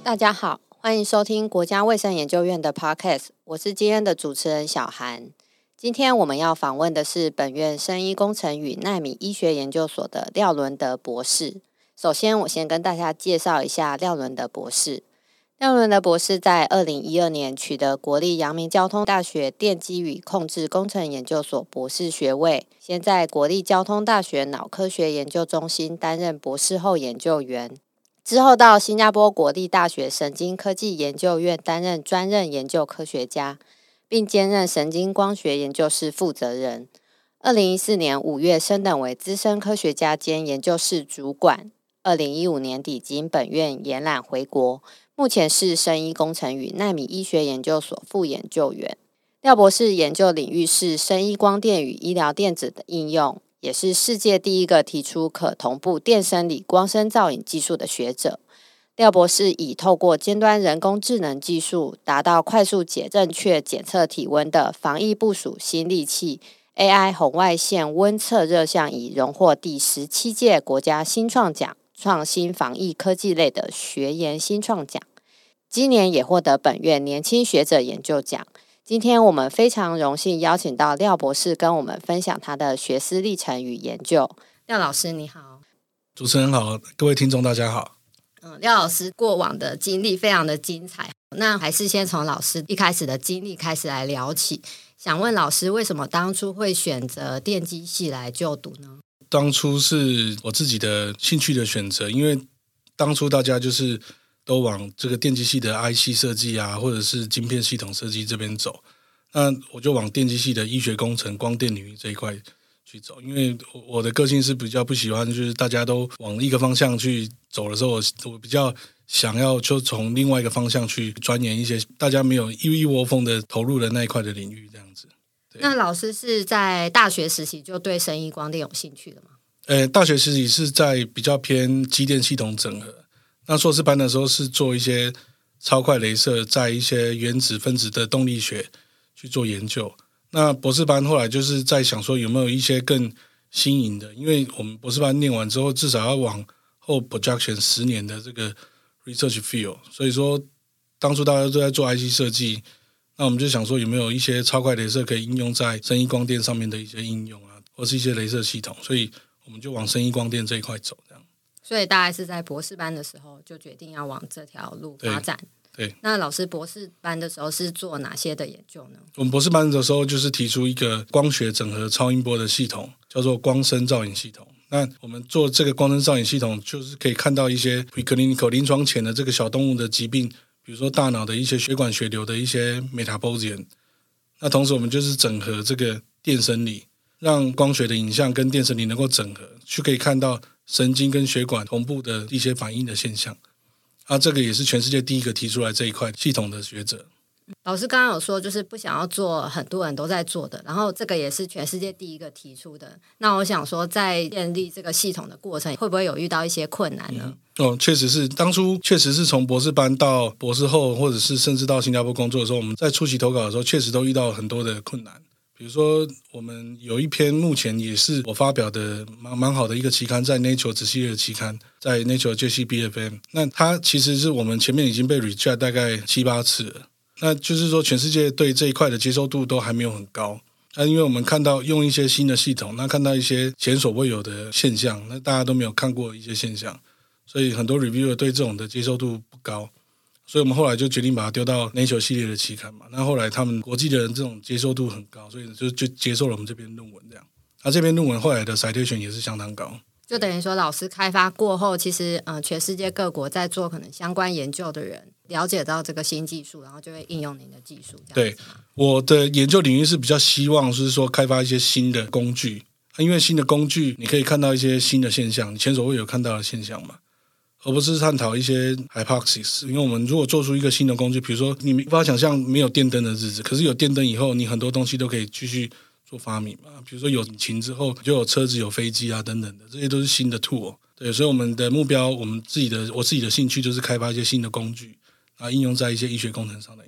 大家好，欢迎收听国家卫生研究院的 Podcast， 我是今天的主持人小涵。今天我们要访问的是本院生医工程与奈米医学研究所的廖伦德博士。首先，我先跟大家介绍一下廖伦德博士。廖伦德博士在2012年取得国立阳明交通大学电机与控制工程研究所博士学位，先在国立交通大学脑科学研究中心担任博士后研究员，之后到新加坡国立大学神经科技研究院担任专任研究科学家，并兼任神经光学研究室负责人。2014年5月升等为资深科学家兼研究室主管。2015年底经本院延揽回国，目前是生医工程与奈米医学研究所副研究员。廖博士研究领域是生医光电与医疗电子的应用，也是世界第一个提出可同步电生理光生造影技术的学者。廖博士以透过尖端人工智能技术，达到快速且正确检测体温的防疫部署新利器 AI 红外线温测热像仪，荣获第17届国家新创奖创新防疫科技类的学研新创奖，今年也获得本院年轻学者研究奖。今天我们非常荣幸邀请到廖博士跟我们分享他的学思历程与研究。廖老师你好。 主持人好，各位听众大家好。 廖老师过往的经历非常的精彩，那还是先从老师一开始的经历开始来聊起。想问老师，为什么当初会选择电机系来就读呢？ 当初是我自己的兴趣的选择，因为当初大家就是都往这个电机系的 IC 设计啊，或者是晶片系统设计这边走，那我就往电机系的医学工程光电领域这一块去走。因为我的个性是比较不喜欢就是大家都往一个方向去走的时候，我比较想要就从另外一个方向去钻研一些大家没有一窝蜂的投入的那一块的领域这样子。 那老师是在大学时期就对生医光电有兴趣的吗？ 大学时期是在比较偏机电系统整合，那硕士班的时候是做一些超快雷射，在一些原子分子的动力学去做研究。那博士班后来就是在想说有没有一些更新颖的，因为我们博士班念完之后至少要往后 projection 10年的这个 research field， 所以说当初大家都在做 IC 设计，那我们就想说有没有一些超快雷射可以应用在生医光电上面的一些应用啊，或是一些雷射系统，所以我们就往生医光电这一块走这样。 所以大概是在博士班的时候就决定要往这条路发展。 对， 那老师博士班的时候是做哪些的研究呢？ 我们博士班的时候就是提出一个光学整合超音波的系统，叫做光生造影系统。那我们做这个光生造影系统，就是可以看到一些 preclinical 临床前的这个小动物的疾病，比如说大脑的一些血管血流的一些 metabolism。那同时我们就是整合这个电生理，让光学的影像跟电生理能够整合，就可以看到神经跟血管同步的一些反应的现象。这个也是全世界第一个提出来这一块系统的学者。 老师刚刚有说就是不想要做很多人都在做的，然后这个也是全世界第一个提出的。那我想说在建立这个系统的过程会不会有遇到一些困难呢？ 确实是，当初确实是从博士班到博士后，或者是甚至到新加坡工作的时候，我们在初期投稿的时候确实都遇到很多的困难。比如说我们有一篇目前也是我发表的蛮好的一个期刊，在 Nature 子系列的期刊，在 Nature JCBFM， 那它其实是我们前面已经被 reject 大概7-8次了，那就是说全世界对这一块的接受度都还没有很高。那因为我们看到用一些新的系统，那看到一些前所未有的现象，那大家都没有看过一些现象，所以很多 reviewer 对这种的接受度不高，所以我们后来就决定把它丢到 Nature 系列的期刊嘛。那后来他们国际的人这种接受度很高，所以就接受了我们这篇论文这样。这篇论文后来的 citation 也是相当高。 就等于说老师开发过后，其实全世界各国在做可能相关研究的人了解到这个新技术，然后就会应用您的技术。 对，我的研究领域是比较希望是说开发一些新的工具，因为新的工具你可以看到一些新的现象，你前所未有看到的现象嘛，而不是探讨一些 hypothesis。因为我们如果做出一个新的工具，比如说你无法想象没有电灯的日子，可是有电灯以后，你很多东西都可以继续做发明嘛。比如说有引擎之后就有车子有飞机啊等等的，这些都是新的 tool。 对，所以我们的目标，我自己的兴趣就是开发一些新的工具，应用在一些医学工程上的应用。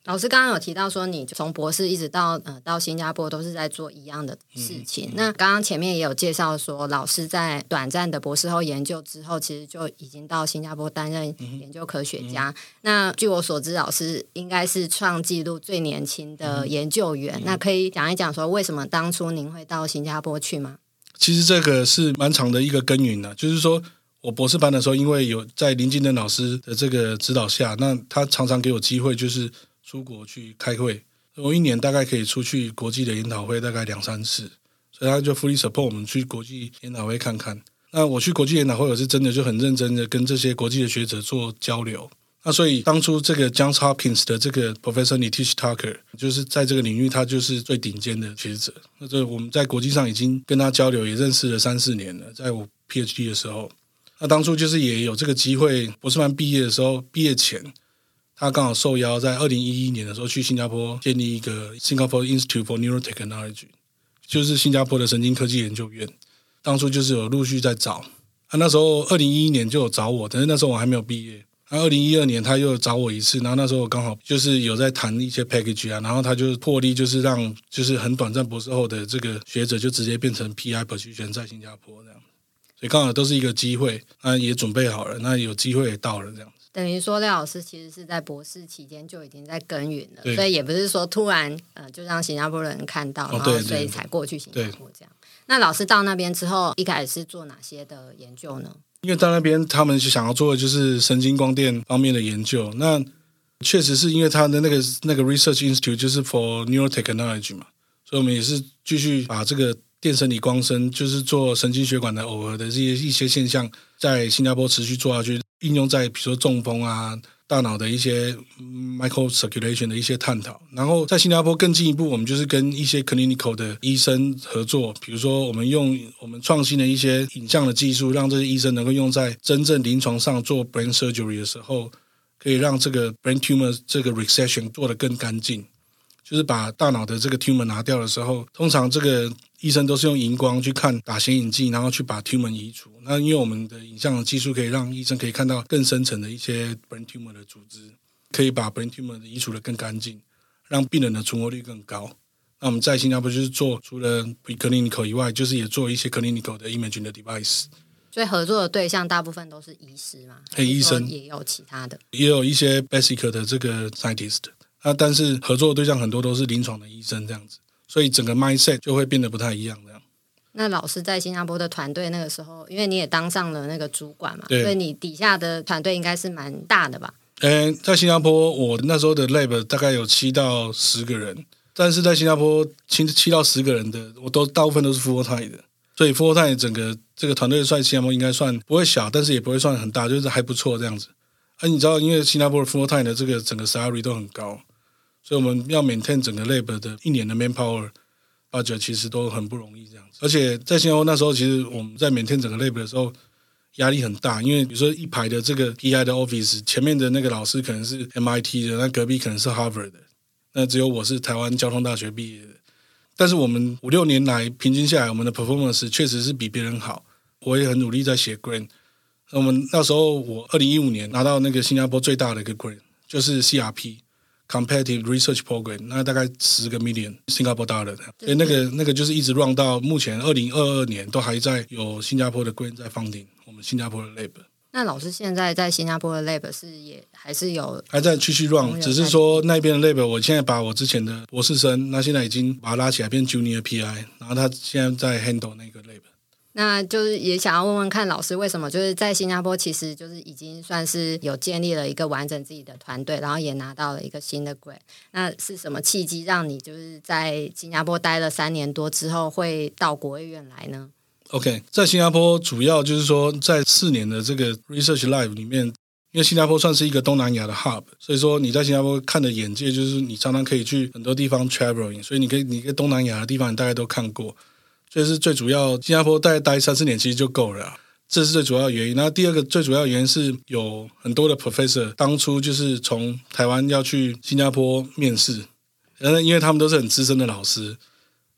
老师刚刚有提到说，你从博士一直到新加坡都是在做一样的事情。那刚刚前面也有介绍说，老师在短暂的博士后研究之后，其实就已经到新加坡担任研究科学家。那据我所知，老师应该是创纪录最年轻的研究员。那可以讲一讲说，为什么当初您会到新加坡去吗？ 其实这个是蛮长的一个耕耘的，就是说我博士班的时候，因为有在林金登老师的这个指导下，那他常常给我机会，就是出国去开会。我一年大概可以出去国际的研讨会大概2-3次，所以他就 fully support 我们去国际研讨会看看。那我去国际研讨会，我是真的就很认真的跟这些国际的学者做交流。那所以当初这个 Johns Hopkins 的这个 Professor Nitish Thakur 就是在这个领域他就是最顶尖的学者。那这我们在国际上已经跟他交流，也认识了3-4年了，在我 PhD 的时候。那当初就是也有这个机会，博士班毕业的时候，毕业前他刚好受邀在2011年的时候去新加坡建立一个 Singapore Institute for Neurotechnology， 就是新加坡的神经科技研究院。当初就是有陆续在找，那时候2011年就有找我，但是那时候我还没有毕业。2012年他又找我一次，然后那时候我刚好就是有在谈一些 package 然后他就破例就是让就是很短暂博士后的这个学者就直接变成 PI position 在新加坡这样，所以刚好都是一个机会，那也准备好了，那有机会也到了这样。 等于说廖老师其实是在博士期间就已经在耕耘了，所以也不是说突然就让新加坡人看到，然后所以才过去新加坡这样。那老师到那边之后，一开始是做哪些的研究呢？ 因为到那边他们想要做的就是神经光电方面的研究，那确实是因为他的那个 Research Institute 就是 for Neurotechnology 嘛，所以我们也是继续把这个电生理光生就是做神经血管的耦合的一些现象在新加坡持续做下去，应用在比如说中风啊大脑的一些 microcirculation 的一些探讨。然后在新加坡更进一步，我们就是跟一些 clinical 的医生合作，比如说我们用我们创新的一些影像的技术，让这些医生能够用在真正临床上做 brain surgery 的时候，可以让这个 brain tumor 这个 resection 做得更干净。就是把大脑的这个 tumor 拿掉的时候，通常这个医生都是用荧光去看，打显影剂，然后去把 tumor 移除。那因为我们的影像的技术可以让医生可以看到更深层的一些 brain tumor 的组织，可以把 brain tumor 移除得更干净，让病人的存活率更高。那我们在新加坡就是做除了 preclinical 以外，就是也做一些 clinical 的 imaging 的 device。 所以合作的对象大部分都是医师嘛？ 医生也有其他的， 也有一些 basic 的这个 scientist。但是合作的对象很多都是临床的医生这样子，所以整个 mindset 就会变得不太一样这样。 那老师在新加坡的团队那个时候，因为你也当上了那个主管嘛，所以你底下的团队应该是蛮大的吧？ 在新加坡我那时候的 lab 大概有7到10个人，但是在新加坡7到10个人的我都大部分都是 full time 的，所以 full time 整个这个团队在新加坡应该算不会小，但是也不会算很大，就是还不错这样子。你知道因为新加坡的 full time 的这个整个 salary 都很高，所以我们要 maintain 整个 lab 的1年的 manpower budget 其实都很不容易这样子。而且在新加坡那时候，其实我们在 maintain 整个 lab 的时候压力很大，因为比如说一排的这个 PI 的 office 前面的那个老师可能是 MIT 的，那隔壁可能是 Harvard 的，那只有我是台湾交通大学毕业的。但是我们5-6年来平均下来，我们的 performance 确实是比别人好。我也很努力在写 grant。我们那时候我2015年拿到那个新加坡最大的一个 grant， 就是 CRP Competitive Research Program， 那大概10个 million 新加坡dollar，所以那个就是一直 run 到目前2022年都还在有新加坡的 grant 在funding我们新加坡的 lab。 那老师现在在新加坡的 lab 是也还是有还在继续 run， 只是说那边的 lab 我现在把我之前的博士生，那现在已经把他拉起来变 junior PI， 然后他现在在 handle 那个 lab。 那就是也想要问问看老师，为什么就是在新加坡其实就是已经算是有建立了一个完整自己的团队，然后也拿到了一个新的 grant， 那是什么契机让你就是在新加坡待了3年多之后会到国卫院来呢？ OK， 在新加坡主要就是说在4年的这个 Research Life 里面，因为新加坡算是一个东南亚的 hub， 所以说你在新加坡看的眼界就是你常常可以去很多地方 traveling， 所以你可以东南亚的地方你大概都看过，这是最主要。新加坡大概待3-4年其实就够了，这是最主要的原因。那第二个最主要的原因是有很多的 professor 当初就是从台湾要去新加坡面试，因为他们都是很资深的老师，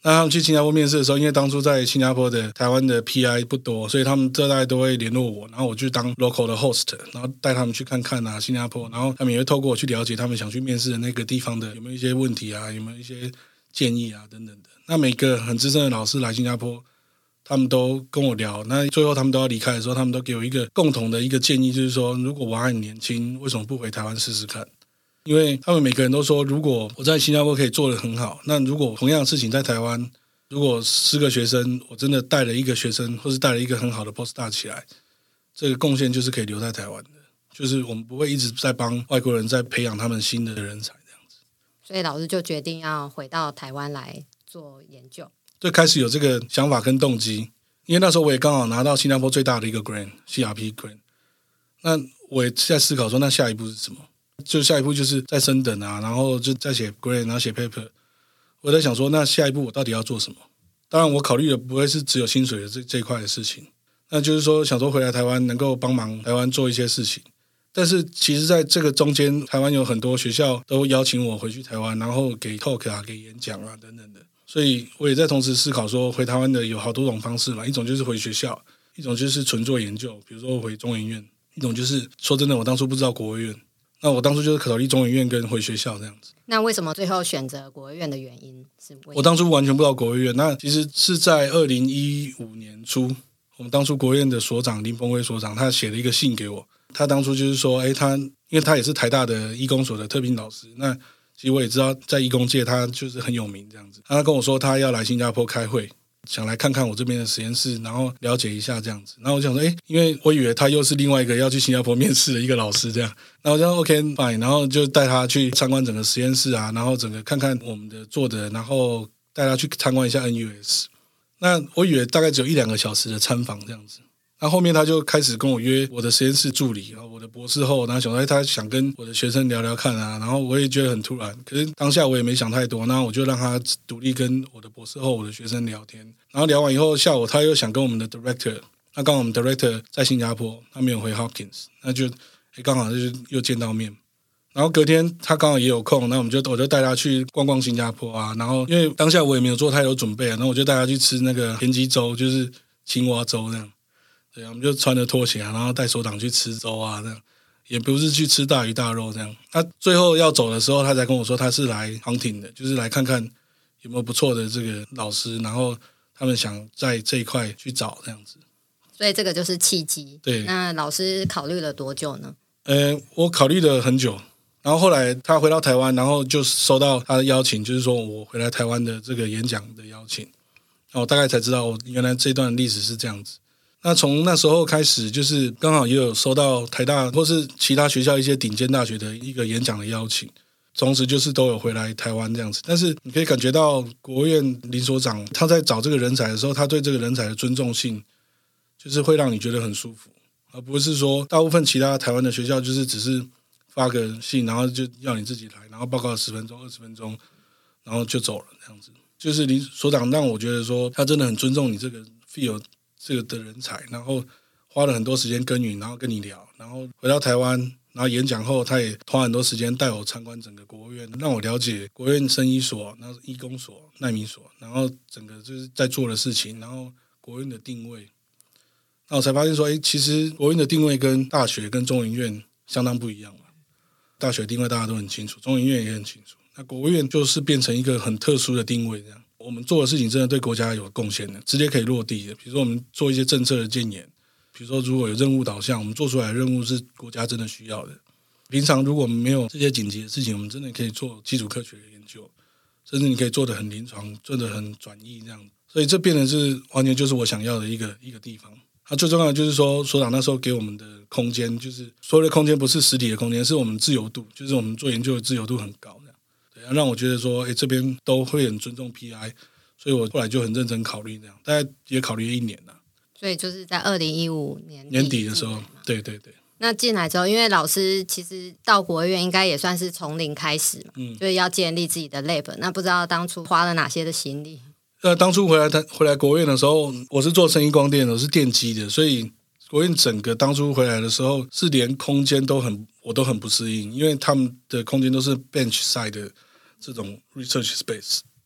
那他们去新加坡面试的时候，因为当初在新加坡的台湾的 PI 不多，所以他们这大概都会联络我，然后我去当 local 的 host， 然后带他们去看看啊新加坡，然后他们也会透过我去了解他们想去面试的那个地方的有没有一些问题啊，有没有一些建议啊等等的。那每个很资深的老师来新加坡，他们都跟我聊，那最后他们都要离开的时候，他们都给我一个共同的一个建议，就是说如果我还很年轻，为什么不回台湾试试看？因为他们每个人都说，如果我在新加坡可以做得很好，那如果同样的事情在台湾，如果10个学生我真的带了一个学生，或是带了一个很好的 postdoc 起来，这个贡献就是可以留在台湾的，就是我们不会一直在帮外国人在培养他们新的人才这样子。 所以老师就决定要回到台湾来做研究。 最开始有这个想法跟动机，因为那时候我也刚好拿到新加坡最大的一个 grant CRP grant， 那我也在思考说，那下一步是什么？就下一步就是再升等啊，然后就再写 grant， 然后写 paper。我在想说，那下一步我到底要做什么？当然，我考虑的不会是只有薪水的这一块的事情，那就是说想说回来台湾能够帮忙台湾做一些事情。但是其实在这个中间，台湾有很多学校都邀请我回去台湾，然后给 talk 啊，给演讲啊等等的。所以我也在同时思考说，回台湾的有好多种方式嘛，一种就是回学校，一种就是纯做研究，比如说回中研院，一种就是说真的，我当初不知道国卫院，那我当初就是考虑中研院跟回学校这样子。 那为什么最后选择国卫院的原因是？ 我当初完全不知道国卫院，那其实是在2015年初，我们当初国卫院的所长林鹏辉所长，他写了一个信给我，他当初就是说，因为他也是台大的医工所的特聘老师，那其实我也知道在医工界他就是很有名这样子。他跟我说他要来新加坡开会，想来看看我这边的实验室，然后了解一下这样子。然后我想说，因为我以为他又是另外一个要去新加坡面试的一个老师这样，然后我就 OK fine， 然后就带他去参观整个实验室啊，然后整个看看我们的做的，然后带他去参观一下 NUS。那我以为大概只有1-2个小时的参访这样子。那后面他就开始跟我约我的实验室助理，我的博士后，然后想说他想跟我的学生聊聊看啊，然后我也觉得很突然，可是当下我也没想太多，那我就让他独立跟我的博士后、我的学生聊天，然后聊完以后，下午他又想跟我们的 director， 那刚好我们 director 在新加坡，他没有回 Hopkins， 那就刚好就又见到面。然后隔天他刚好也有空，那我就带他去逛逛新加坡啊，然后因为当下我也没有做太多准备啊，然后我就带他去吃那个田鸡粥，就是青蛙粥这样。对，我们就穿着拖鞋啊，然后带手掌去吃粥啊，这样也不是去吃大鱼大肉这样。他最后要走的时候，他才跟我说他是来 hunting 的，就是来看看有没有不错的这个老师，然后他们想在这一块去找这样子。 所以这个就是契机。 对， 那老师考虑了多久呢？ 我考虑了很久，然后后来他回到台湾，然后就收到他的邀请，就是说我回来台湾的这个演讲的邀请，然后我大概才知道原来这段历史是这样子。那从那时候开始，就是刚好也有收到台大或是其他学校一些顶尖大学的一个演讲的邀请，同时就是都有回来台湾这样子。但是你可以感觉到国务院林所长他在找这个人才的时候，他对这个人才的尊重性，就是会让你觉得很舒服，而不是说大部分其他台湾的学校就是只是发个信，然后就要你自己来，然后报告10分钟、20分钟，然后就走了这样子。就是林所长让我觉得说，他真的很尊重你这个 field。这个的人才，然后花了很多时间耕耘，然后跟你聊，然后回到台湾，然后演讲后，他也花很多时间带我参观整个国务院，让我了解国务院生医所、然后医工所、奈米所，然后整个就是在做的事情，然后国务院的定位，那我才发现说，其实国务院的定位跟大学跟中研院相当不一样嘛。大学定位大家都很清楚，中研院也很清楚，那国务院就是变成一个很特殊的定位这样。我们做的事情真的对国家有贡献的，直接可以落地的。比如说我们做一些政策的建言，比如说如果有任务导向，我们做出来的任务是国家真的需要的。平常如果我们没有这些紧急的事情，我们真的可以做基础科学的研究，甚至你可以做得很临床，做得很转移这样。所以这变成是完全就是我想要的一个地方。最重要的就是说，所长那时候给我们的空间，就是所有的空间不是实体的空间，是我们自由度，就是我们做研究的自由度很高的。让我觉得说，这边都会很尊重 PI， 所以我后来就很认真考虑这样，大概也考虑了1年了。 所以就是在2015 年底的时候，对对对。 那进来之后，因为老师其实到国务院应该也算是从零开始嘛，就是要建立自己的 lab。那不知道当初花了哪些的心力？ 当初回来国务院的时候，我是做生意光电的，我是电机的，所以国务院整个当初回来的时候，是连空间我都很不适应，因为他们的空间都是 bench side 的这种 research space，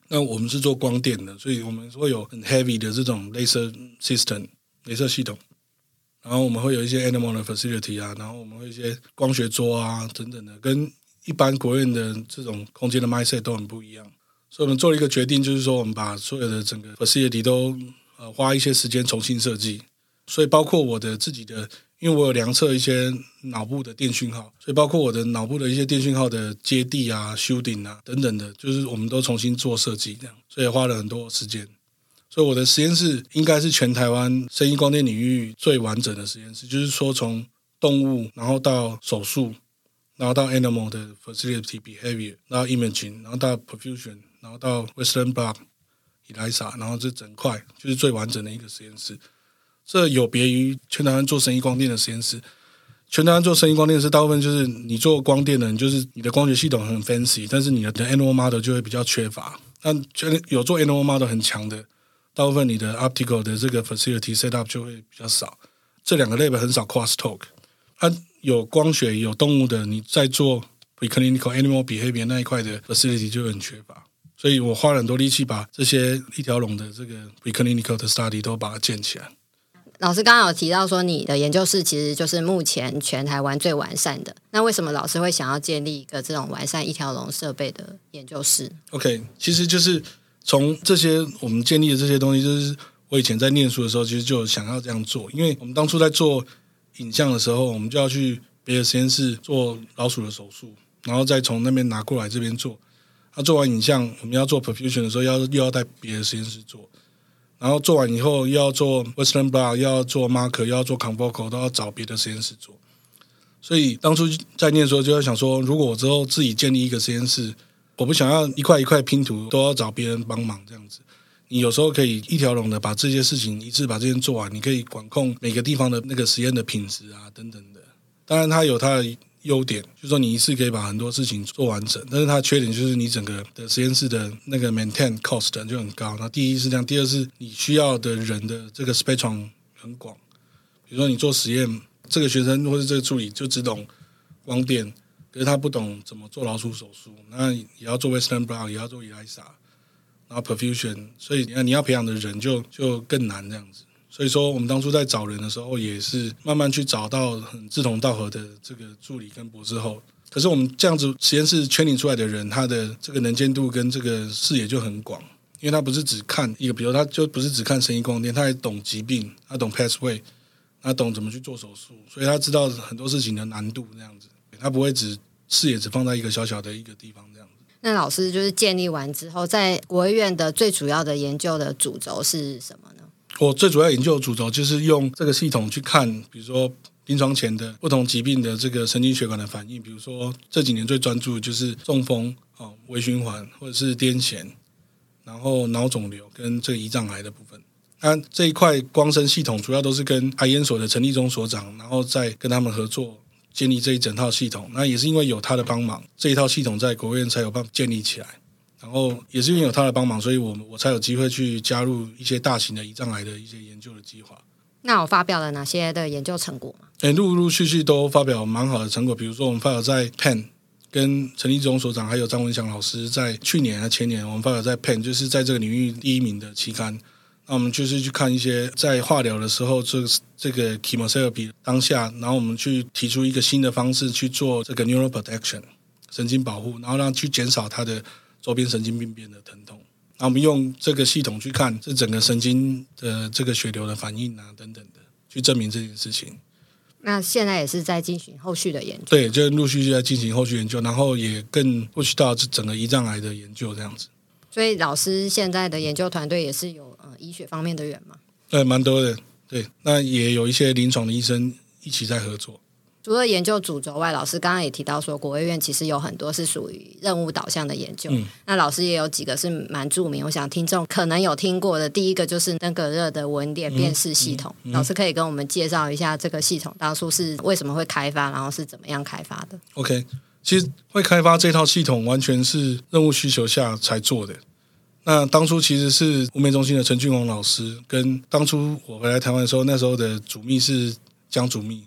那我们是做光电的，所以我们会有很 heavy 的这种 laser system 雷射系统，然后我们会有一些 animal 的 facility 啊，然后我们会有一些光学桌啊等等的，跟一般国院的这种空间的 mindset 都很不一样。所以我们做了一个决定，就是说我们把所有的整个 facility 都花一些时间重新设计。所以包括我的自己的，因为我有量测一些脑部的电讯号，所以包括我的脑部的一些电讯号的接地啊、修顶啊等等的，就是我们都重新做设计这样，所以花了很多时间。所以我的实验室应该是全台湾生医光电领域最完整的实验室，就是说从动物，然后到手术，然后到 animal 的 facility behavior， 然后 imaging， 然后到 perfusion， 然后到 Western blot ELISA， 然后这整块就是最完整的一个实验室。这有别于全台湾做生医光电的实验室。全台湾做生医光电是大部分就是你做光电的人，就是你的光学系统很 fancy， 但是你的 animal model 就会比较缺乏。但有做 animal model 很强的，大部分你的 optical 的这个 facility setup 就会比较少。这两个 lab 很少 cross talk。有光学有动物的，你在做 preclinical animal behavior 那一块的 facility 就很缺乏。所以我花了很多力气把这些一条龙的这个 preclinical 的 study 都把它建起来。 老师刚刚有提到说你的研究室其实就是目前全台湾最完善的，那为什么老师会想要建立一个这种完善一条龙设备的研究室？ OK， 其实就是从这些我们建立的这些东西，就是我以前在念书的时候其实就想要这样做。因为我们当初在做影像的时候，我们就要去别的实验室做老鼠的手术，然后再从那边拿过来这边做。做完影像我们要做 perfusion 的时候又要在别的实验室做，然后做完以后又要做 Western blot， 又要做 marker， 又要做 confocal， 都要找别的实验室做。所以当初在念的时候就在想说，如果我之后自己建立一个实验室，我不想要一块一块拼图都要找别人帮忙这样子。你有时候可以一条龙的把这些事情一次把这些做完，你可以管控每个地方的那个实验的品质啊等等的。当然它有它的优点，就是说你一次可以把很多事情做完整，但是它的缺点就是你整个的实验室的那个 maintain cost 就很高。那第一是这样，第二是你需要的人的这个 spectrum 很广。比如说你做实验，这个学生或是这个助理就只懂光电，可是他不懂怎么做老鼠手术，那也要做 Western blot， 也要做 ELISA， 然后 perfusion， 所以你要培养的人就更难这样子。所以说我们当初在找人的时候也是慢慢去找到很志同道合的这个助理跟博士后。可是我们这样子实验室圈领出来的人，他的这个能见度跟这个视野就很广，因为他不是只看一个，比如他就不是只看生医光电，他还懂疾病，他懂 pathway， 他懂怎么去做手术，所以他知道很多事情的难度这样子，他不会视野只放在一个小小的一个地方这样子。 那老师就是建立完之后，在国卫院的最主要的研究的主轴是什么呢？ 我最主要研究的主轴就是用这个系统去看，比如说临床前的不同疾病的这个神经血管的反应。比如说这几年最专注的就是中风、微循环或者是癫痫，然后脑肿瘤跟这个胰脏癌的部分。那这一块光生系统主要都是跟癌研所的陈立忠所长，然后再跟他们合作建立这一整套系统。那也是因为有他的帮忙，这一套系统在国卫院才有办法建立起来。然后也是因为有他的帮忙，所以我才有机会去加入一些大型的胰脏癌的一些研究的计划。 那我发表了哪些的研究成果吗？ 陆陆续续都发表蛮好的成果。比如说我们发表在 PEN， 跟陈立忠所长还有张文祥老师在去年还前年，我们发表在 PEN， 就是在这个领域第1名的期刊。那我们就是去看一些在化疗的时候这个 chemotherapy 当下，然后我们去提出一个新的方式去做这个 neural protection 神经保护，然后让去减少它的周边神经病变的疼痛。然后我们用这个系统去看这整个神经的这个血流的反应啊等等的，去证明这件事情。 那现在也是在进行后续的研究？ 对，就陆续在进行后续研究，然后也更push到整个胰脏癌的研究这样子。 所以老师现在的研究团队也是有医学方面的人吗？ 对，蛮多的。对，那也有一些临床的医生一起在合作。 除了研究主轴外，老师刚刚也提到说，国卫院其实有很多是属于任务导向的研究。那老师也有几个是蛮著名，我想听众可能有听过的。第一个就是登革热的纹点辨识系统，老师可以跟我们介绍一下这个系统当初是为什么会开发，然后是怎么样开发的 ？OK， 其实会开发这套系统完全是任务需求下才做的。那当初其实是吴梅中心的陈俊宏老师，跟当初我回来台湾的时候，那时候的主秘是江主秘。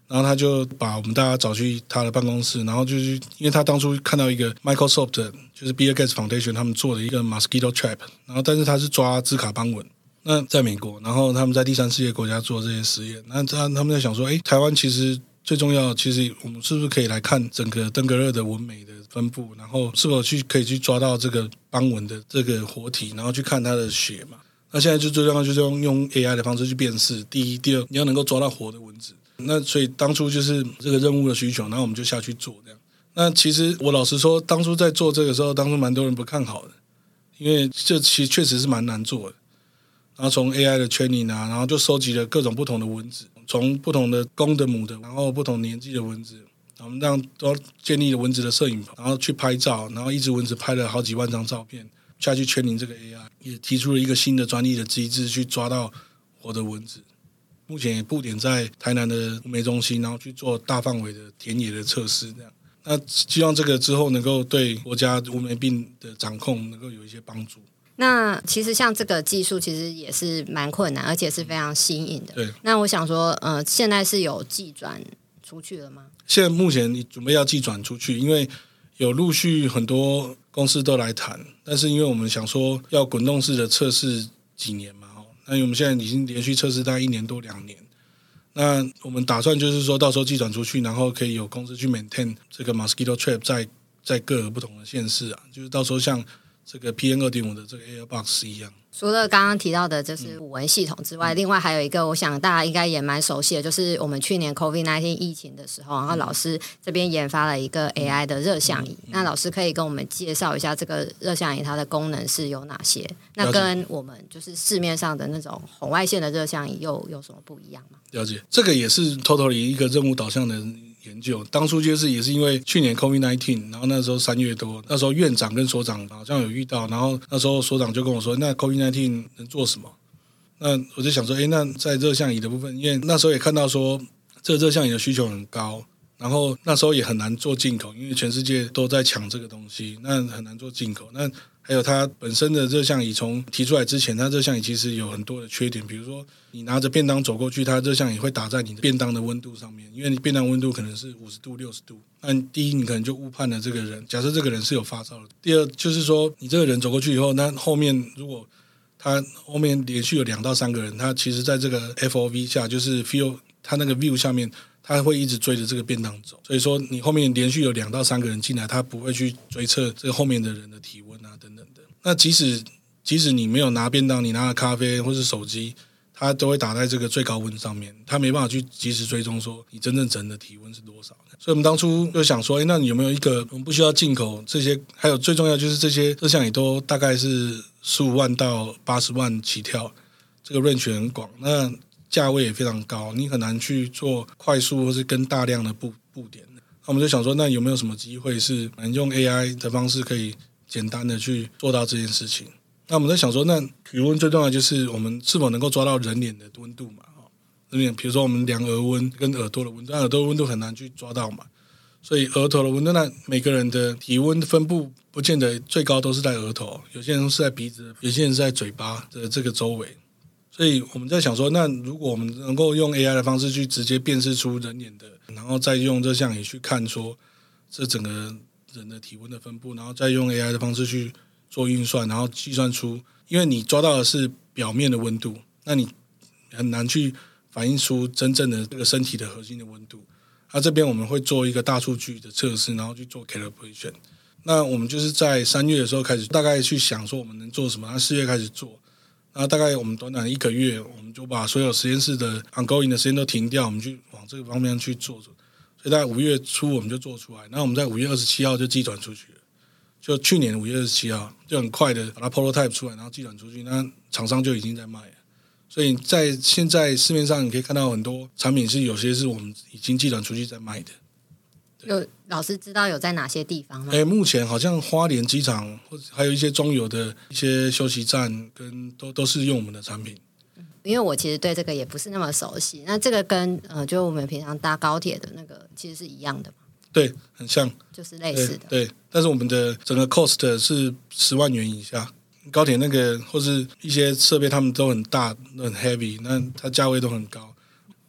然后他就把我们大家找去他的办公室，然后就是因为他当初看到一个 Microsoft 就是 Bill Gates Foundation 他们做的一个 mosquito trap， 然后但是他是抓兹卡斑蚊，那在美国，然后他们在第三世界国家做这些实验，那他们在想说，台湾其实最重要，其实我们是不是可以来看整个登革热的蚊媒的分布，然后是否可以去抓到这个斑蚊的这个活体，然后去看它的血嘛。那现在就最重要就是用 AI 的方式去辨识，第一第二你要能够抓到活的蚊子，那所以当初就是这个任务的需求，然后我们就下去做这样。那其实我老实说，当初在做这个时候，当初蛮多人不看好的，因为这其实确实是蛮难做的。然后从 AI 的 training 啊，然后就收集了各种不同的蚊子，从不同的公的母的，然后不同年纪的蚊子，我们让都建立了蚊子的摄影棚，然后去拍照，然后一只蚊子拍了好几万张照片下去 training 这个 AI， 也提出了一个新的专利的机制去抓到活的蚊子。目前也布点在台南的物媒中心，然后去做大范围的田野的测试这样。那希望这个之后能够对国家物媒病的掌控能够有一些帮助。 那其实像这个技术其实也是蛮困难，而且是非常新颖的。 对。 那我想说，现在是有技转出去了吗？ 现在目前你准备要技转出去，因为有陆续很多公司都来谈，但是因为我们想说要滚动式的测试几年嘛，那因为我们现在已经连续测试大概1年多2年，那我们打算就是说到时候技转出去，然后可以有公司去 maintain 这个 mosquito trap 在各个不同的县市啊，就是到时候像这个 PM2.5 的这个 Airbox 一样。 除了刚刚提到的就是捕蚊系统之外，另外还有一个我想大家应该也蛮熟悉的，就是我们去年 COVID-19 疫情的时候，然后老师这边研发了一个 AI 的热像仪。那老师可以跟我们介绍一下这个热像仪它的功能是有哪些？那跟我们就是市面上的那种红外线的热像仪又有什么不一样吗？ 了解，这个也是 totally 一个任务导向的研究。当初也是因为去年 COVID-19， 然后那时候3月多，那时候院长跟所长好像有遇到，然后那时候所长就跟我说，那 COVID-19 能做什么？那我就想说，那在热像仪的部分，因为那时候也看到说这个热像仪的需求很高，然后那时候也很难做进口，因为全世界都在抢这个东西，那很难做进口。那还有它本身的热像仪从提出来之前，它热像仪其实有很多的缺点，比如说你拿着便当走过去，它热像仪会打在你的便当的温度上面，因为你便当温度可能是50度60度，那第一你可能就误判了这个人，假设这个人是有发烧的。第二就是说你这个人走过去以后，那后面如果他后面连续有2到3个人，他其实在这个 FOV 下，就是 feel 他那个 view 下面，他会一直追着这个便当走，所以说你后面连续有2到3个人进来，他不会去追测这个后面的人的体温啊等等的。那即使你没有拿便当，你拿了咖啡或是手机，它都会打在这个最高温上面，它没办法去及时追踪说你真正人的体温是多少。所以我们当初就想说，那你有没有一个我们不需要进口这些，还有最重要就是这些热像仪都大概是15万到80万起跳，这个 range 很广，那价位也非常高，你很难去做快速或是跟大量的布点。那我们就想说，那有没有什么机会是能用 AI 的方式可以简单的去做到这件事情？那我们在想说，那体温最重要的就是我们是否能够抓到人脸的温度嘛？比如说我们量额温跟耳朵的温度，但耳朵的温度很难去抓到嘛，所以额头的温度，那每个人的体温分布不见得最高都是在额头，有些人是在鼻子，有些人是在嘴巴的这个周围。所以我们在想说，那如果我们能够用 AI 的方式去直接辨识出人脸的，然后再用热像仪去看说这整个人的体温的分布，然后再用 AI 的方式去做运算，然后计算出，因为你抓到的是表面的温度，那你很难去反映出真正的这个身体的核心的温度。那这边我们会做一个大数据的测试，然后去做 calibration。那我们就是在3月的时候开始大概去想说我们能做什么，那4月开始做，然后大概我们短短1个月，我们就把所有实验室的 ongoing 的实验都停掉，我们去往这个方面去做，所以大概5月初我们就做出来，然后我们在5月27号就寄转出去了，就去年5月27号就很快的把它 prototype 出来，然后寄转出去，那厂商就已经在卖了。所以在现在市面上你可以看到很多产品是有些是我们已经寄转出去在卖的。 有老师知道有在哪些地方吗？ 目前好像花莲机场或者还有一些中油的一些休息站跟都是用我们的产品。 因为我其实对这个也不是那么熟悉，那这个跟就我们平常搭高铁的那个其实是一样的嘛？ 对，很像， 就是类似的。 对，但是我们的整个 cost 是10万元以下。高铁那个或是一些设备他们都很大都很 heavy， 那它价位都很高。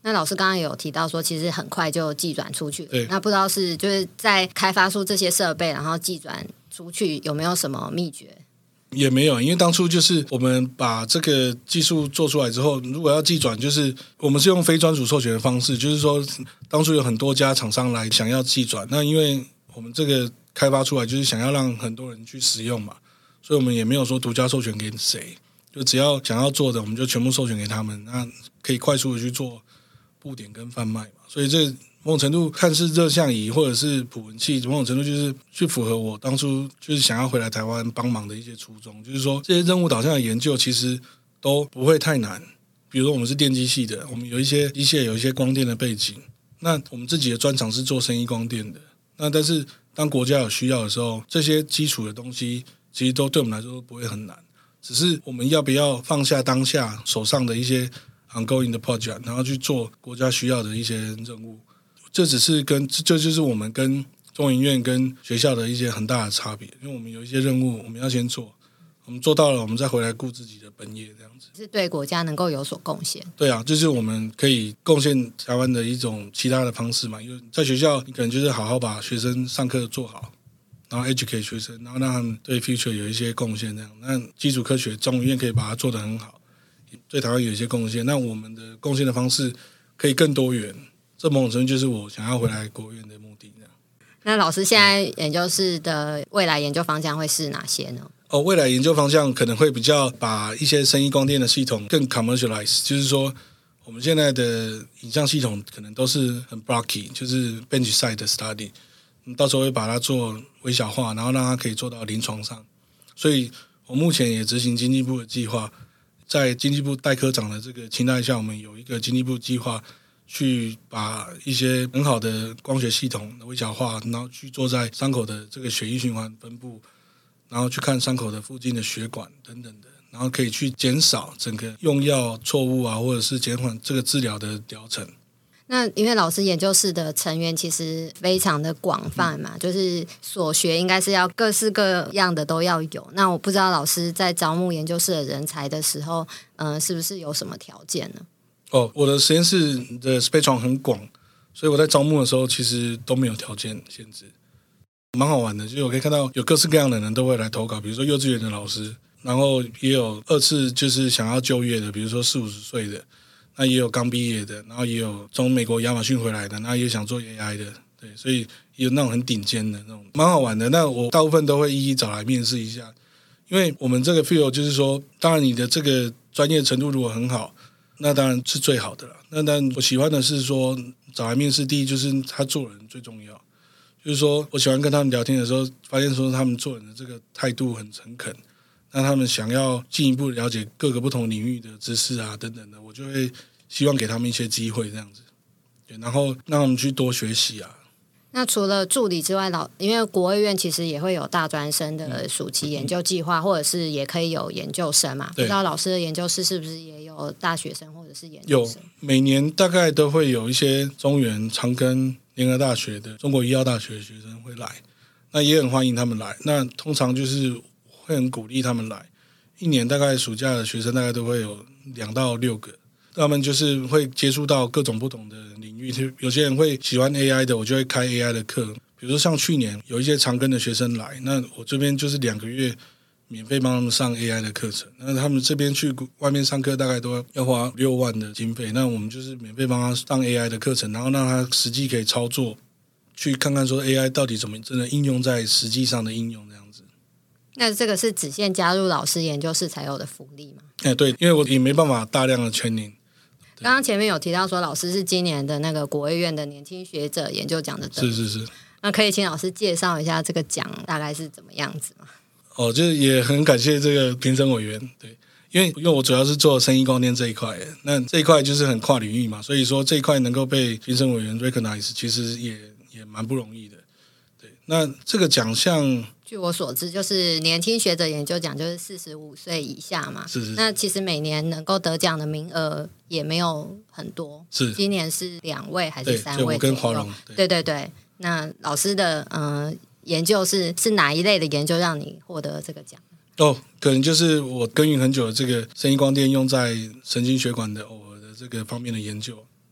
那老师刚刚有提到说，其实很快就寄转出去了。 对， 那不知道是就是在开发出这些设备，然后寄转出去有没有什么秘诀？ 也没有，因为当初就是我们把这个技术做出来之后，如果要寄转，就是我们是用非专属授权的方式，就是说当初有很多家厂商来想要寄转，那因为我们这个开发出来就是想要让很多人去使用嘛，所以我们也没有说独家授权给谁，就只要想要做的我们就全部授权给他们，那可以快速的去做布点跟贩卖嘛，所以这某种程度看是热像仪或者是捕蚊器，某种程度就是去符合我当初就是想要回来台湾帮忙的一些初衷，就是说这些任务导向的研究其实都不会太难。比如说我们是电机系的，我们有一些机械有一些光电的背景，那我们自己的专长是做生医光电的，那但是当国家有需要的时候，这些基础的东西其实都对我们来说都不会很难，只是我们要不要放下当下手上的一些 ongoing 的 project， 然后去做国家需要的一些任务。这就是我们跟中研院跟学校的一些很大的差别，因为我们有一些任务我们要先做，我们做到了，我们再回来顾自己的本业，这样子是对国家能够有所贡献。 对啊，这就是我们可以贡献台湾的一种其他的方式嘛。因为在学校，你可能就是好好把学生上课做好，然后 educate 学生，然后让他们对 future 有一些贡献，这样。那基础科学中研院可以把它做得很好，对台湾有一些贡献。那我们的贡献的方式可以更多元。这某种程度就是我想要回来国院的目的。 那老师现在研究室的未来研究方向会是哪些呢？ 未来研究方向可能会比较把一些生医光电的系统更 commercialize， 就是说我们现在的影像系统可能都是很 blocky， 就是 bench side 的 study， 到时候会把它做微小化，然后让它可以做到临床上。所以我目前也执行经济部的计划，在经济部代科长的这个青睐下，我们有一个经济部计划，去把一些很好的光学系统微小化，然后去做在伤口的这个血液循环分布，然后去看伤口的附近的血管等等的，然后可以去减少整个用药错误啊，或者是减缓这个治疗的疗程。 那因为老师研究室的成员其实非常的广泛嘛，就是所学应该是要各式各样的都要有。那我不知道老师在招募研究室的人才的时候，是不是有什么条件呢？ 我的实验室的 spectrum 很广，所以我在招募的时候其实都没有条件限制，蛮好玩的。就是我可以看到有各式各样的人都会来投稿，比如说幼稚园的老师，然后也有2次就是想要就业的，比如说40-50岁的，那也有刚毕业的，然后也有从美国亚马逊回来的，那也想做 AI 的，对，所以有那种很顶尖的那种，蛮好玩的。那我大部分都会一一找来面试一下，因为我们这个 field 就是说，当然你的这个专业程度如果很好，那当然是最好的了。那但我喜欢的是说，找来面试，第一就是他做人最重要，就是说我喜欢跟他们聊天的时候，发现说他们做人的这个态度很诚恳，那他们想要进一步了解各个不同领域的知识啊等等的，我就会希望给他们一些机会这样子，对，然后让他们去多学习啊。 那除了助理之外，因为国卫院其实也会有大专生的暑期研究计划，或者是也可以有研究生嘛？不知道老师的研究室是不是也有大学生或者是研究生？ 有，每年大概都会有一些中原、长庚、联合大学的中国医药大学的学生会来，那也很欢迎他们来。那通常就是会很鼓励他们来，一年大概暑假的学生大概都会有2到6个。他们就是会接触到各种不同的领域，有些人会喜欢 AI 的，我就会开 AI 的课。比如说像去年有一些长庚的学生来，那我这边就是2个月免费帮他们上 AI 的课程。那他们这边去外面上课大概都要花6万的经费，那我们就是免费帮他上 AI 的课程，然后让他实际可以操作，去看看说 AI 到底怎么真的应用在实际上的应用这样子。 那这个是只限加入老师研究室才有的福利吗？ 对，因为我也没办法大量的training。 刚刚前面有提到说，老师是今年的那个国卫院的年轻学者研究奖的得主， 是。 那可以请老师介绍一下这个奖大概是怎么样子吗？ 就是也很感谢这个评审委员，对，因为我主要是做生医光电这一块，那这一块就是很跨领域嘛，所以说这一块能够被评审委员 recognize， 其实也蛮不容易的。对，那这个奖项， 据我所知，就是年轻学者研究奖，就是45岁以下嘛。 是。 那其实每年能够得奖的名额也没有很多。 是。 今年是2位还是3位？ 我跟华荣。 对。那老师的研究是哪一类的研究让你获得这个奖？ 可能就是我耕耘很久的这个生医光电用在神经血管的偶尔的这个方面的研究。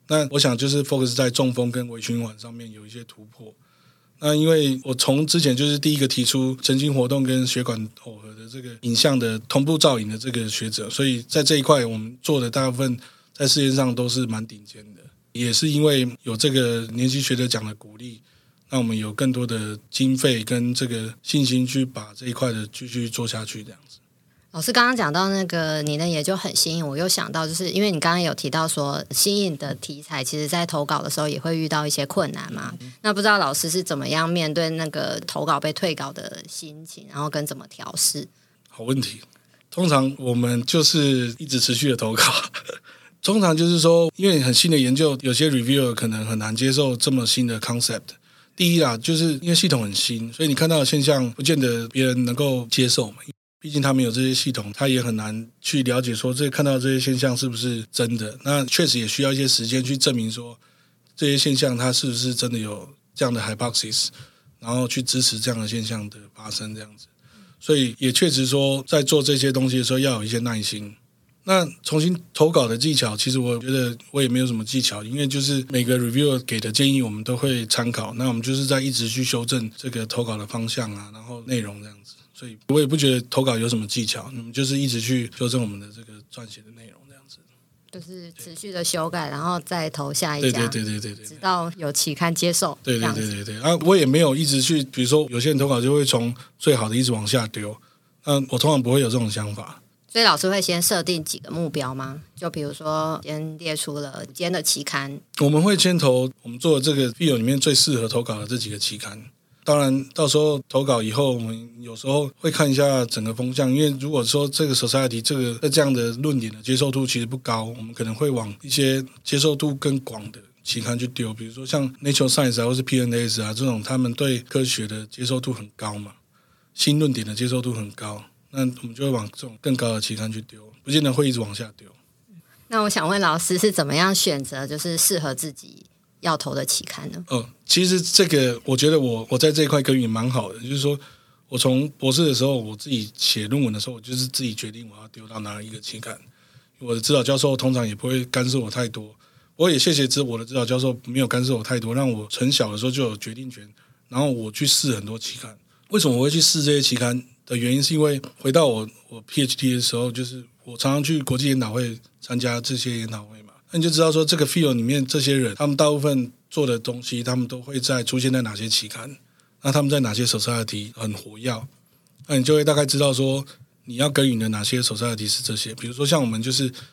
那我想就是 focus 在中风跟微循环上面有一些突破。那因为我从之前就是第一个提出神经活动跟血管耦合的这个影像的同步造影的这个学者，所以在这一块我们做的大部分在世界上都是蛮顶尖的。也是因为有这个年轻学者奖的鼓励，那我们有更多的经费跟这个信心去把这一块的继续做下去这样子。 老师刚刚讲到那个你的研究很新颖，我又想到就是因为你刚刚有提到说新颖的题材其实在投稿的时候也会遇到一些困难嘛，那不知道老师是怎么样面对那个投稿被退稿的心情，然后跟怎么调试？ 好问题。通常我们就是一直持续的投稿通常就是说因为很新的研究，有些 reviewer 可能很难接受这么新的 concept。第一啦，就是因为系统很新，所以你看到的现象不见得别人能够接受嘛，毕竟他没有这些系统，他也很难去了解说看到这些现象是不是真的。那确实也需要一些时间去证明说这些现象它是不是真的有这样的 hypothesis， 然后去支持这样的现象的发生这样子。所以也确实说在做这些东西的时候要有一些耐心。那重新投稿的技巧，其实我觉得我也没有什么技巧，因为就是每个 reviewer 给的建议我们都会参考，那我们就是在一直去修正这个投稿的方向啊，然后内容这样子。所以我也不觉得投稿有什么技巧，我们就是一直去修正我们的这个撰写的内容这样子， 就是持续的修改，然后再投下一家， 对， 直到有期刊接受。 对啊，我也没有一直去，比如说有些人投稿就会从最好的一直往下丢，我通常不会有这种想法。 所以老师会先设定几个目标吗？就比如说先列出了今天的期刊， 我们会先投我们做的这个 field 里面最适合投稿的这几个期刊。当然到时候投稿以后，我们有时候会看一下整个风向，因为如果说这个 society 这样的论点的接受度其实不高，我们可能会往一些接受度更广的期刊去丢，比如说像 Nature Science 啊，或是 PNAS 啊这种，他们对科学的接受度很高嘛，新论点的接受度很高，那我们就会往这种更高的期刊去丢，不见得会一直往下丢。 那我想问老师是怎么样选择就是适合自己要投的期刊呢？ 其实这个我觉得我在这一块耕耘蛮好的，就是说我从博士的时候，我自己写论文的时候，我就是自己决定我要丢到哪一个期刊。我的指导教授通常也不会干涉我太多，我也谢谢我的指导教授没有干涉我太多，让我很小的时候就有决定权，然后我去试很多期刊。为什么我会去试这些期刊的原因，是因为回到我 PhD 的时候，就是我常常去国际研讨会参加这些研讨会嘛，那你就知道说这个 field 里面这些人，他们大部分做的东西，他们都会出现在哪些期刊，那他们在哪些 society 很活跃，那你就会大概知道说你要耕耘的哪些 society 是这些。比如说像我们就是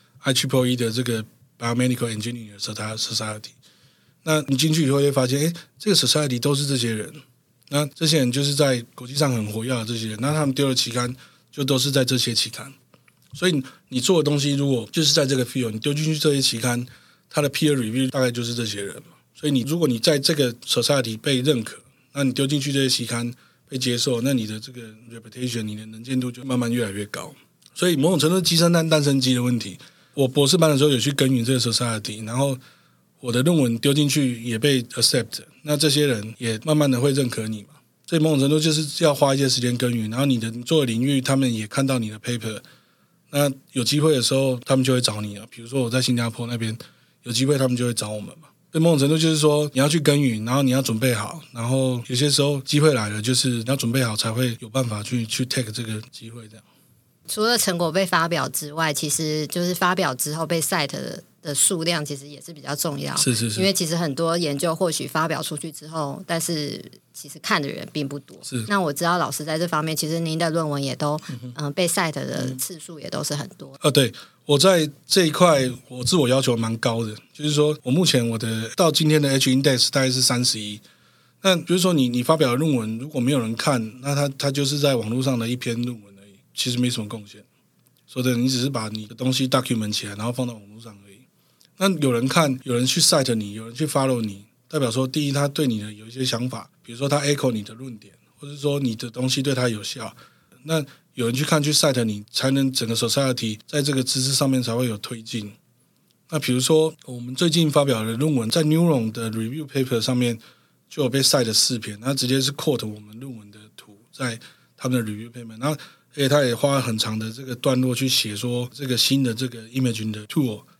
IEEE 的这个 Biomedical Engineering Society， 那你进去以后会发现这个 society 都是这些人，那这些人就是在国际上很活跃的这些人，那他们丢的期刊就都是在这些期刊。所以你做的东西如果就是在这个 field， 你丢进去这些期刊，它的 peer review 大概就是这些人嘛。所以如果你在这个 society 被认可，那你丢进去这些期刊被接受，那你的这个 reputation， 你的能见度就慢慢越来越高。所以某种程度鸡生蛋，蛋生鸡的问题。我博士班的时候有去耕耘这个 society， 然后我的论文丢进去也被 accept， 那这些人也慢慢的会认可你嘛。所以某种程度就是要花一些时间耕耘，然后你做的领域他们也看到你的 paper， 那有机会的时候他们就会找你了。比如说我在新加坡那边有机会，他们就会找我们嘛。所以某种程度就是说你要去耕耘，然后你要准备好，然后有些时候机会来了，就是你要准备好才会有办法去 take 这个机会这样。 除了成果被发表之外，其实就是发表之后被 cite 的数量其实也是比较重要。 是，因为其实很多研究或许发表出去之后，但是其实看的人并不多。 是。 那我知道老师在这方面，其实您的论文也都被 cite 的次数也都是很多。 对，我在这一块我自我要求蛮高的，就是说我目前我的到今天的 H index 大概是31。那比如说你发表的论文如果没有人看，那它就是在网络上的一篇论文而已，其实没什么贡献。说的你只是把你的东西 document 起来，然后放到网络上而已。那有人看，有人去 cite 你，有人去 follow 你，代表说第一他对你的有一些想法，比如说他 echo 你的论点，或者说你的东西对他有效。那有人去看去 cite 你，才能整个 society 在这个知识上面才会有推进。那比如说我们最近发表的论文在 Neuron 的 review paper 上面就有被 cite 4篇，那直接是 quote 我们论文的图在他们的 review paper， 然后而且他也花了很长的这个段落去写说这个新的这个 imaging 的 tool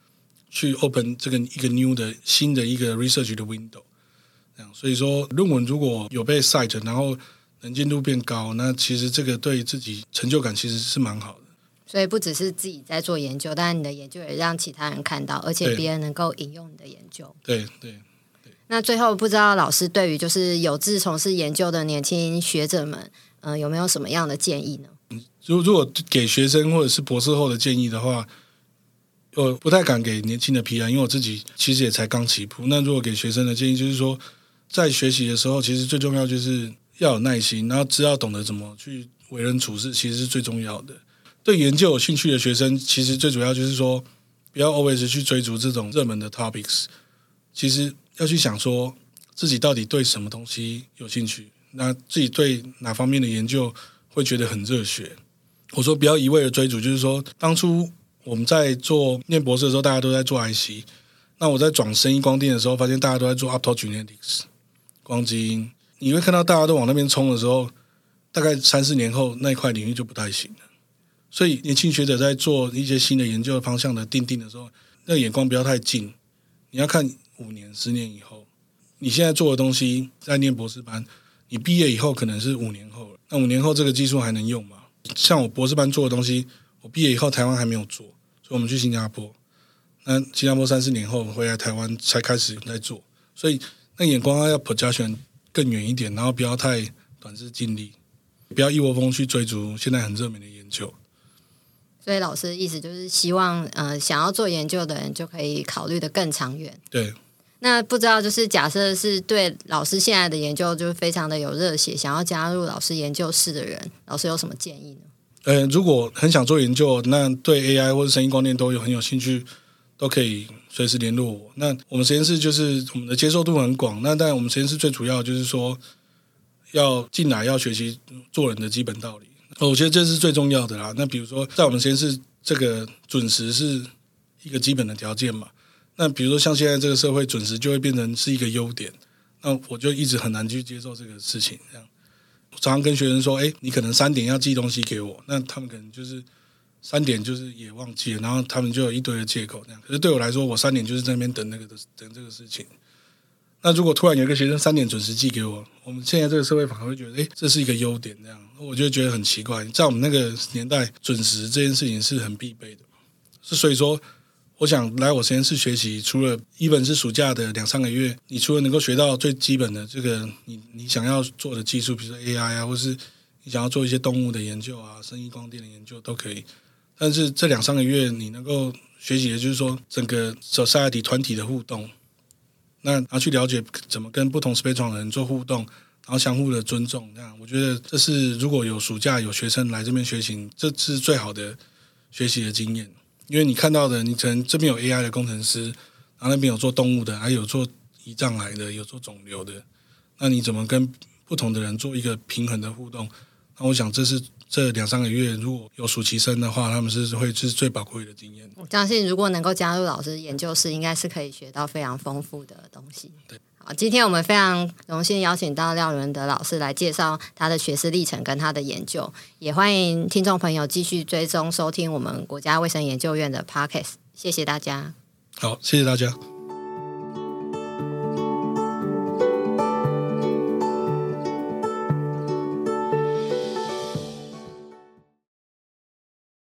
去 open 这个一个 new 的新的一个 research 的 window。这样，所以说论文如果有被 cite， 然后能见度变高，那其实这个对自己成就感其实是蛮好的。 所以不只是自己在做研究，但你的研究也让其他人看到，而且别人能够引用你的研究。 对对。 那最后不知道老师对于就是有志从事研究的年轻学者们，有没有什么样的建议呢？ 如果给学生或者是博士后的建议的话，我不太敢给年轻的 PI， 因为我自己其实也才刚起步。那如果给学生的建议就是说，在学习的时候，其实最重要就是要有耐心，然后知道懂得怎么去为人处事，其实是最重要的。对研究有兴趣的学生，其实最主要就是说，不要 always 去追逐这种热门的 topics， 其实要去想说自己到底对什么东西有兴趣，那自己对哪方面的研究会觉得很热血。我说不要一味的追逐，就是说当初我们在念博士的时候，大家都在做 IC， 那我在转生医光电的时候，发现大家都在做 optogenetics 光基因，你会看到大家都往那边冲的时候，大概3-4年后那一块领域就不太行了。所以年轻学者在做一些新的研究方向的定的时候，那个眼光不要太近，你要看5年10年以后，你现在做的东西在念博士班，你毕业以后可能是5年后了，那5年后这个技术还能用吗？像我博士班做的东西，我毕业以后台湾还没有做，所以我们去新加坡，那新加坡3-4年后回来台湾才开始在做，所以那眼光要 projection 更远一点，然后不要太短视近利，不要一窝蜂去追逐现在很热门的研究。 所以老师的意思就是希望想要做研究的人就可以考虑得更长远。 对。 那不知道就是假设是对老师现在的研究就是非常的有热血，想要加入老师研究室的人，老师有什么建议呢？ 如果很想做研究，那对 AI 或者声音光电都很有兴趣，都可以随时联络我。那我们实验室就是我们的接受度很广，那但我们实验室最主要就是说要进来要学习做人的基本道理。我觉得这是最重要的啦。那比如说在我们实验室，这个准时是一个基本的条件嘛。那比如说像现在这个社会，准时就会变成是一个优点，那我就一直很难去接受这个事情。这样，我常常跟学生说，你可能3点要寄东西给我，那他们可能就是3点就是也忘记了，然后他们就有一堆的借口这样。可是对我来说，我3点就是在那边等这个事情。那如果突然有一个学生3点准时寄给我，我们现在这个社会反而会觉得，这是一个优点这样，我就觉得很奇怪。在我们那个年代，准时这件事情是很必备的，所以说。我想来我实验室学习，除了 even 是暑假的2-3个月，你除了能够学到最基本的这个你想要做的技术，比如说 AI 啊，或是你想要做一些动物的研究啊、声音光电的研究都可以。但是这2-3个月你能够学习的就是说整个 society 团体的互动，那然后去了解怎么跟不同 spectrum 的人做互动，然后相互的尊重。这样我觉得这是如果有暑假有学生来这边学习，这是最好的学习的经验。因为你看到的，你可能这边有 AI 的工程师，然后那边有做动物的，还有做胰脏癌的，有做肿瘤的，那你怎么跟不同的人做一个平衡的互动？那我想这是这2-3个月如果有暑期生的话，他们是最宝贵的经验。 我相信如果能够加入老师研究室，应该是可以学到非常丰富的东西。 对。 好，今天我们非常荣幸邀请到廖伦德老师来介绍他的学识历程跟他的研究，也欢迎听众朋友继续追踪收听我们国家卫生研究院的 Podcast。谢谢大家。 好，谢谢大家。